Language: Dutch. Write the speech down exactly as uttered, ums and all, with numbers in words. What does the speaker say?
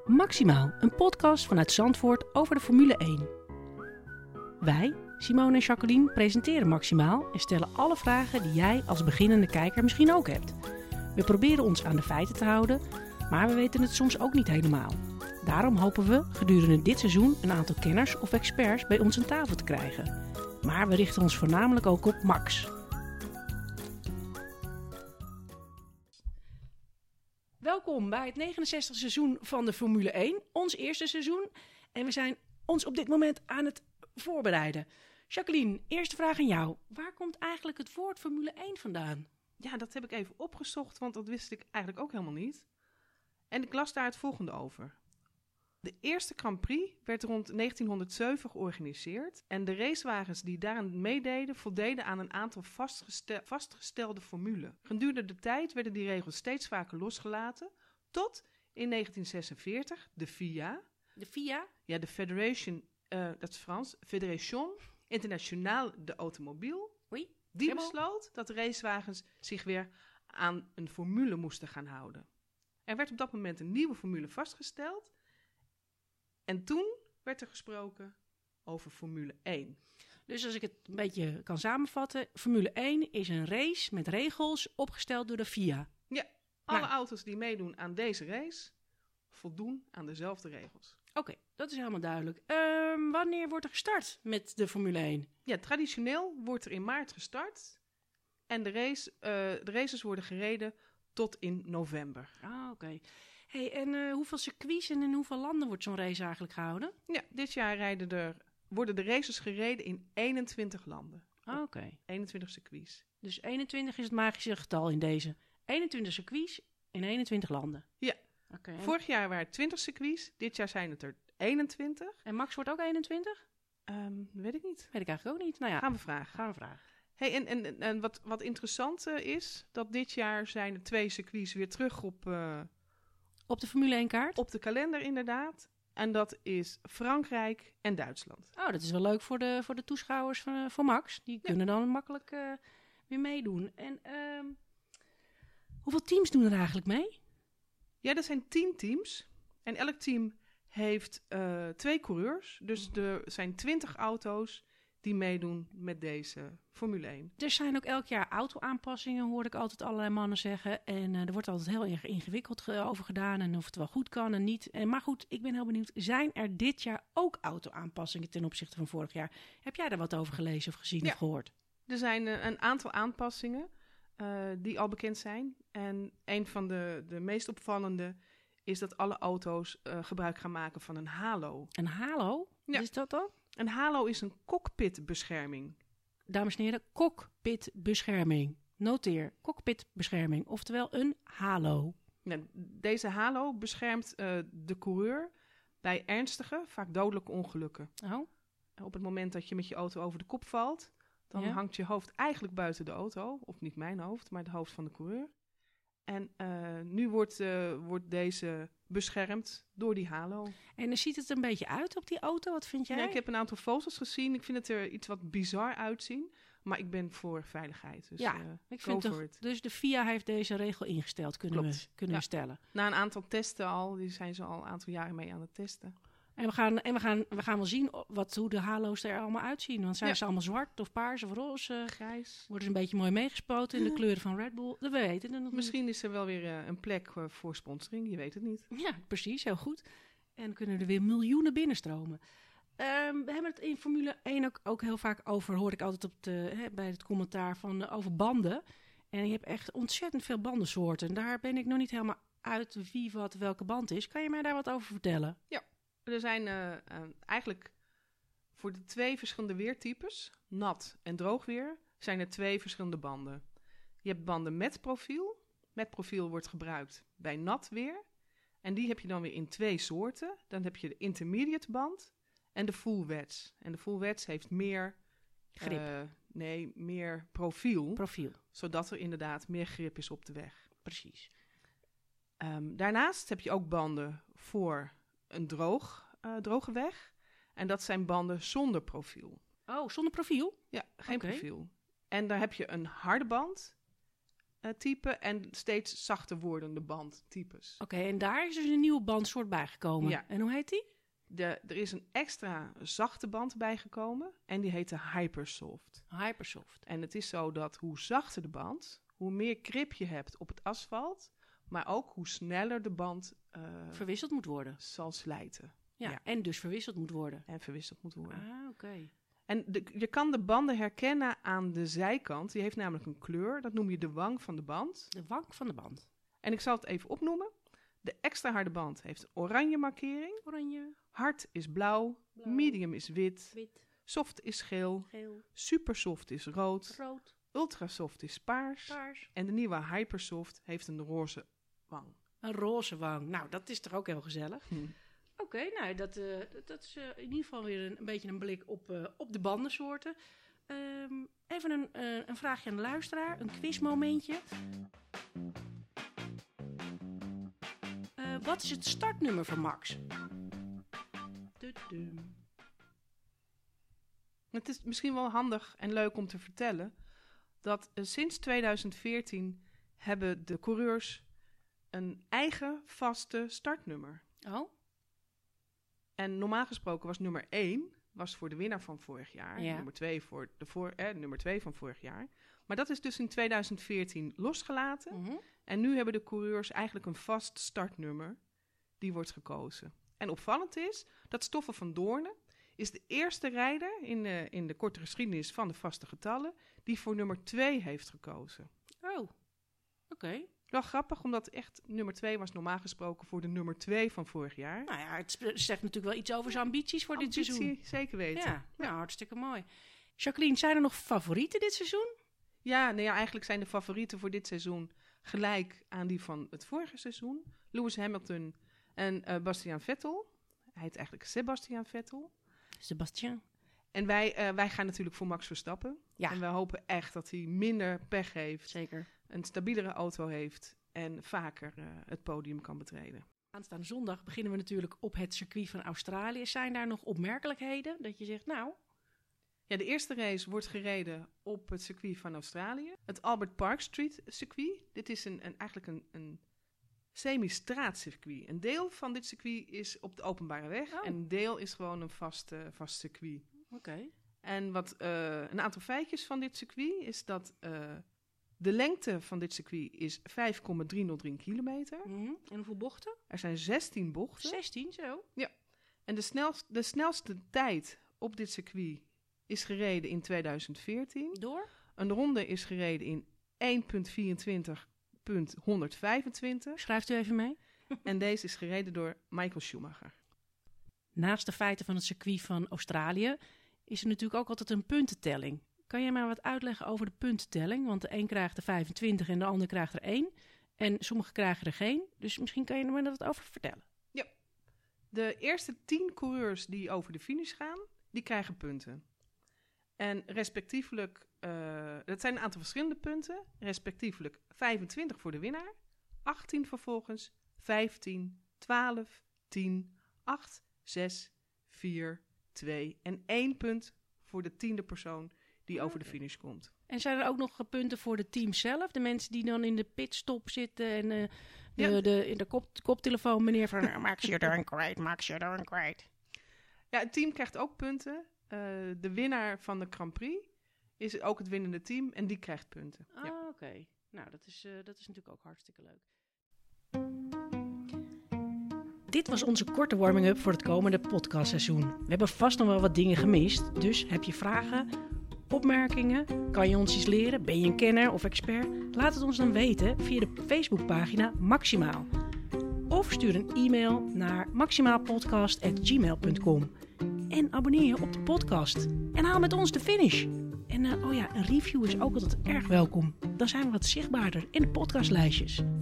Maximaal, een podcast vanuit Zandvoort over de Formule één. Wij, Simone en Jacqueline, presenteren Maximaal en stellen alle vragen die jij als beginnende kijker misschien ook hebt. We proberen ons aan de feiten te houden, maar we weten het soms ook niet helemaal. Daarom hopen we gedurende dit seizoen een aantal kenners of experts bij ons aan tafel te krijgen. Maar we richten ons voornamelijk ook op Max. Welkom bij het negenenzestigste seizoen van de Formule één, ons eerste seizoen. En we zijn ons op dit moment aan het voorbereiden. Jacqueline, eerste vraag aan jou. Waar komt eigenlijk het woord Formule één vandaan? Ja, dat heb ik even opgezocht, want dat wist ik eigenlijk ook helemaal niet. En ik las daar het volgende over. De eerste Grand Prix werd rond negentienhonderdzeven georganiseerd en de racewagens die daaraan meededen voldeden aan een aantal vastgestel- vastgestelde formulen. Gedurende de tijd werden die regels steeds vaker losgelaten, tot in negentien zesenveertig de F I A, De F I A? ja, de Federation, uh, dat is Frans, Fédération Internationale de Automobile, Oui. die Helemaal. besloot dat de racewagens zich weer aan een formule moesten gaan houden. Er werd op dat moment een nieuwe formule vastgesteld. En toen werd er gesproken over Formule één. Dus als ik het een beetje kan samenvatten, Formule één is een race met regels opgesteld door de F I A. Ja, alle Nou. auto's die meedoen aan deze race voldoen aan dezelfde regels. Oké, dat is helemaal duidelijk. Ehm, wanneer wordt er gestart met de Formule één? Ja, traditioneel wordt er in maart gestart. En de, race, uh, de races worden gereden tot in november. Ah, oké. Hey, en uh, hoeveel circuits en in hoeveel landen wordt zo'n race eigenlijk gehouden? Ja, dit jaar rijden er, worden de races gereden in eenentwintig landen. Ah, oké. eenentwintig circuits. Dus eenentwintig is het magische getal in deze. eenentwintig circuits in eenentwintig landen. Ja. Oké. en- Vorig jaar waren het twintig circuits. Dit jaar zijn het er eenentwintig. En Max wordt ook eenentwintig? Um, weet ik niet. Weet ik eigenlijk ook niet. Nou ja, Gaan we vragen. gaan we vragen. Hey, en en, en wat, wat interessant uh, is, dat dit jaar zijn er twee circuits weer terug op, uh, Op de Formule één kaart? op de kalender inderdaad. En dat is Frankrijk en Duitsland. Oh, dat is wel leuk voor de, voor de toeschouwers van, uh, van Max. Die kunnen dan makkelijk uh, weer meedoen. En ehm, hoeveel teams doen er eigenlijk mee? Ja, er zijn tien teams. En elk team heeft uh, twee coureurs. Dus er zijn twintig auto's die meedoen met deze Formule één. Er zijn ook elk jaar auto-aanpassingen, hoor ik altijd allerlei mannen zeggen. En uh, er wordt altijd heel erg ingewikkeld ge- over gedaan en of het wel goed kan en niet. En, maar goed, ik ben heel benieuwd, zijn er dit jaar ook auto-aanpassingen ten opzichte van vorig jaar? Heb jij daar wat over gelezen of gezien Ja. of gehoord? Er zijn uh, een aantal aanpassingen uh, die al bekend zijn. En een van de, de meest opvallende is dat alle auto's uh, gebruik gaan maken van een halo. Een halo? Ja. Wat is dat dan? Een halo is een cockpitbescherming. Dames en heren, cockpitbescherming. Noteer, cockpitbescherming, oftewel een halo. Nou, deze halo beschermt uh, de coureur bij ernstige, vaak dodelijke ongelukken. Oh, Op het moment dat je met je auto over de kop valt, dan Ja. hangt je hoofd eigenlijk buiten de auto. Of niet mijn hoofd, maar het hoofd van de coureur. En uh, nu wordt, uh, wordt deze beschermd door die halo. en dan ziet het er een beetje uit op die auto, wat vind jij? Ja, ik heb een aantal foto's gezien. Ik vind het er iets wat bizar uitzien. Maar ik ben voor veiligheid. Dus Ja, uh, ik go vind for toch, it. dus de F I A heeft deze regel ingesteld, kunnen, we, Klopt. kunnen Ja. we stellen. Na een aantal testen al, die zijn ze al een aantal jaren mee aan het testen. En we gaan, en we gaan, we gaan wel zien wat, hoe de halo's er allemaal uitzien. Want zijn Ja. ze allemaal zwart of paars of roze? Grijs. Worden ze een beetje mooi meegespoten in de kleuren van Red Bull? Dat we weten het nog Misschien is er wel weer uh, een plek uh, voor sponsoring, je weet het niet. niet. Ja, precies, heel goed. En kunnen er weer miljoenen binnenstromen. Um, we hebben het in Formule één ook, ook heel vaak over, hoor ik altijd op de, hè, bij het commentaar, van, uh, over banden. En je hebt echt ontzettend veel bandensoorten. Daar ben ik nog niet helemaal uit wie wat welke band is. Kan je mij daar wat over vertellen? Er zijn uh, uh, eigenlijk voor de twee verschillende weertypes, nat en droog weer, zijn er twee verschillende banden. Je hebt banden met profiel. Met profiel wordt gebruikt bij nat weer. En die heb je dan weer in twee soorten. Dan heb je de intermediate band en de full wedge. En de full wedge heeft meer Grip. Uh, nee, meer profiel. Profiel, Zodat er inderdaad meer grip is op de weg. precies. Um, daarnaast heb je ook banden voor een droog, uh, droge weg. En dat zijn banden zonder profiel. Oh, zonder profiel? Ja, geen Oké. profiel. En daar heb je een harde band uh, type en steeds zachter wordende bandtypes. Oké, okay, en daar is dus een nieuwe bandsoort bijgekomen. Ja. En hoe heet die? De, er is een extra zachte band bijgekomen en die heet de Hypersoft. Hypersoft. En het is zo dat hoe zachter de band, hoe meer grip je hebt op het asfalt, maar ook hoe sneller de band uh, verwisseld moet worden. Zal slijten. Ja, ja, en dus verwisseld moet worden. En verwisseld moet worden. Ah, oké. Okay. En de, je kan de banden herkennen aan de zijkant. Die heeft namelijk een kleur. Dat noem je de wang van de band. De wang van de band. En ik zal het even opnoemen. De extra harde band heeft een oranje markering. Oranje. Hard is blauw. blauw. Medium is wit. Wit. Soft is geel. Geel. Supersoft is rood. Rood. Ultrasoft is paars. Paars. En de nieuwe Hypersoft heeft een roze wang. Een roze wang. Nou, dat is toch ook heel gezellig. Hm. Oké, okay, nou, dat, uh, dat, dat is uh, in ieder geval weer een, een beetje een blik op, uh, op de bandensoorten. Um, even een, uh, een vraagje aan de luisteraar, een quizmomentje. Uh, wat is het startnummer van Max? Tudum. Het is misschien wel handig en leuk om te vertellen dat uh, sinds tweeduizend veertien hebben de coureurs een eigen vaste startnummer. Oh? En normaal gesproken was nummer één was voor de winnaar van vorig jaar. Ja. Nummer twee voor de voor, eh, nummer twee van vorig jaar. Maar dat is dus in tweeduizend veertien losgelaten. Mm-hmm. En nu hebben de coureurs eigenlijk een vast startnummer. Die wordt gekozen. En opvallend is dat Stoffel van Doornen is de eerste rijder in de, in de korte geschiedenis van de vaste getallen die voor nummer twee heeft gekozen. Oh, oké. Okay. Wel grappig, omdat echt nummer twee was normaal gesproken voor de nummer twee van vorig jaar. Nou ja, het zegt natuurlijk wel iets over zijn ambities voor Ambitie, dit seizoen. Zeker weten. Ja, ja. Nou, hartstikke mooi. Jacqueline, zijn er nog favorieten dit seizoen? Ja, nee, ja, eigenlijk zijn de favorieten voor dit seizoen gelijk aan die van het vorige seizoen. Lewis Hamilton en uh, Bastian Vettel. Hij heet eigenlijk Sebastian Vettel. Sebastian. En wij, uh, wij gaan natuurlijk voor Max Verstappen. Ja. En we hopen echt dat hij minder pech heeft. Zeker. Een stabielere auto heeft en vaker uh, het podium kan betreden. Aanstaande zondag beginnen we natuurlijk op het circuit van Australië. Zijn daar nog opmerkelijkheden dat je zegt, nou... Ja, de eerste race wordt gereden op het circuit van Australië. Het Albert Park Street circuit. Dit is een, een, eigenlijk een, een semi-straatcircuit. Een deel van dit circuit is op de openbare weg. Oh. En een deel is gewoon een vast, uh, vast circuit. Oké. Okay. En wat, uh, een aantal feitjes van dit circuit is dat... Uh, De lengte van dit circuit is vijf komma driehonderddrie kilometer. Mm-hmm. En hoeveel bochten? Er zijn zestien bochten. zestien, zo? Ja. En de, snelst, de snelste tijd op dit circuit is gereden in tweeduizend veertien. Door? Een ronde is gereden in één uur vierentwintig honderdvijfentwintig. Schrijft u even mee. En deze is gereden door Michael Schumacher. Naast de feiten van het circuit van Australië is er natuurlijk ook altijd een puntentelling. Kan jij maar wat uitleggen over de puntentelling? Want de een krijgt er vijfentwintig en de ander krijgt er één. En sommigen krijgen er geen. Dus misschien kan je er maar wat over vertellen. Ja. De eerste tien coureurs die over de finish gaan, die krijgen punten. En respectievelijk, uh, dat zijn een aantal verschillende punten. Respectievelijk vijfentwintig voor de winnaar. achttien vervolgens, vijftien, twaalf, tien, acht, zes, vier, twee en één punt voor de tiende persoon die over de finish komt. En zijn er ook nog punten voor de team zelf? De mensen die dan in de pitstop zitten en uh, de, ja. de, in de kop, koptelefoon meneer van Max, you're doing great, Max, you're doing great. Ja, het team krijgt ook punten. Uh, de winnaar van de Grand Prix is ook het winnende team en die krijgt punten. Ah, ja. oké. Okay. Nou, dat is, uh, dat is natuurlijk ook hartstikke leuk. Dit was onze korte warming-up voor het komende podcastseizoen. We hebben vast nog wel wat dingen gemist, dus heb je vragen, opmerkingen? Kan je ons iets leren? Ben je een kenner of expert? Laat het ons dan weten via de Facebookpagina Maximaal. Of stuur een e-mail naar maximaalpodcast at gmail dot com. En abonneer je op de podcast. En haal met ons de finish. En uh, oh ja, een review is ook altijd erg welkom. Dan zijn we wat zichtbaarder in de podcastlijstjes.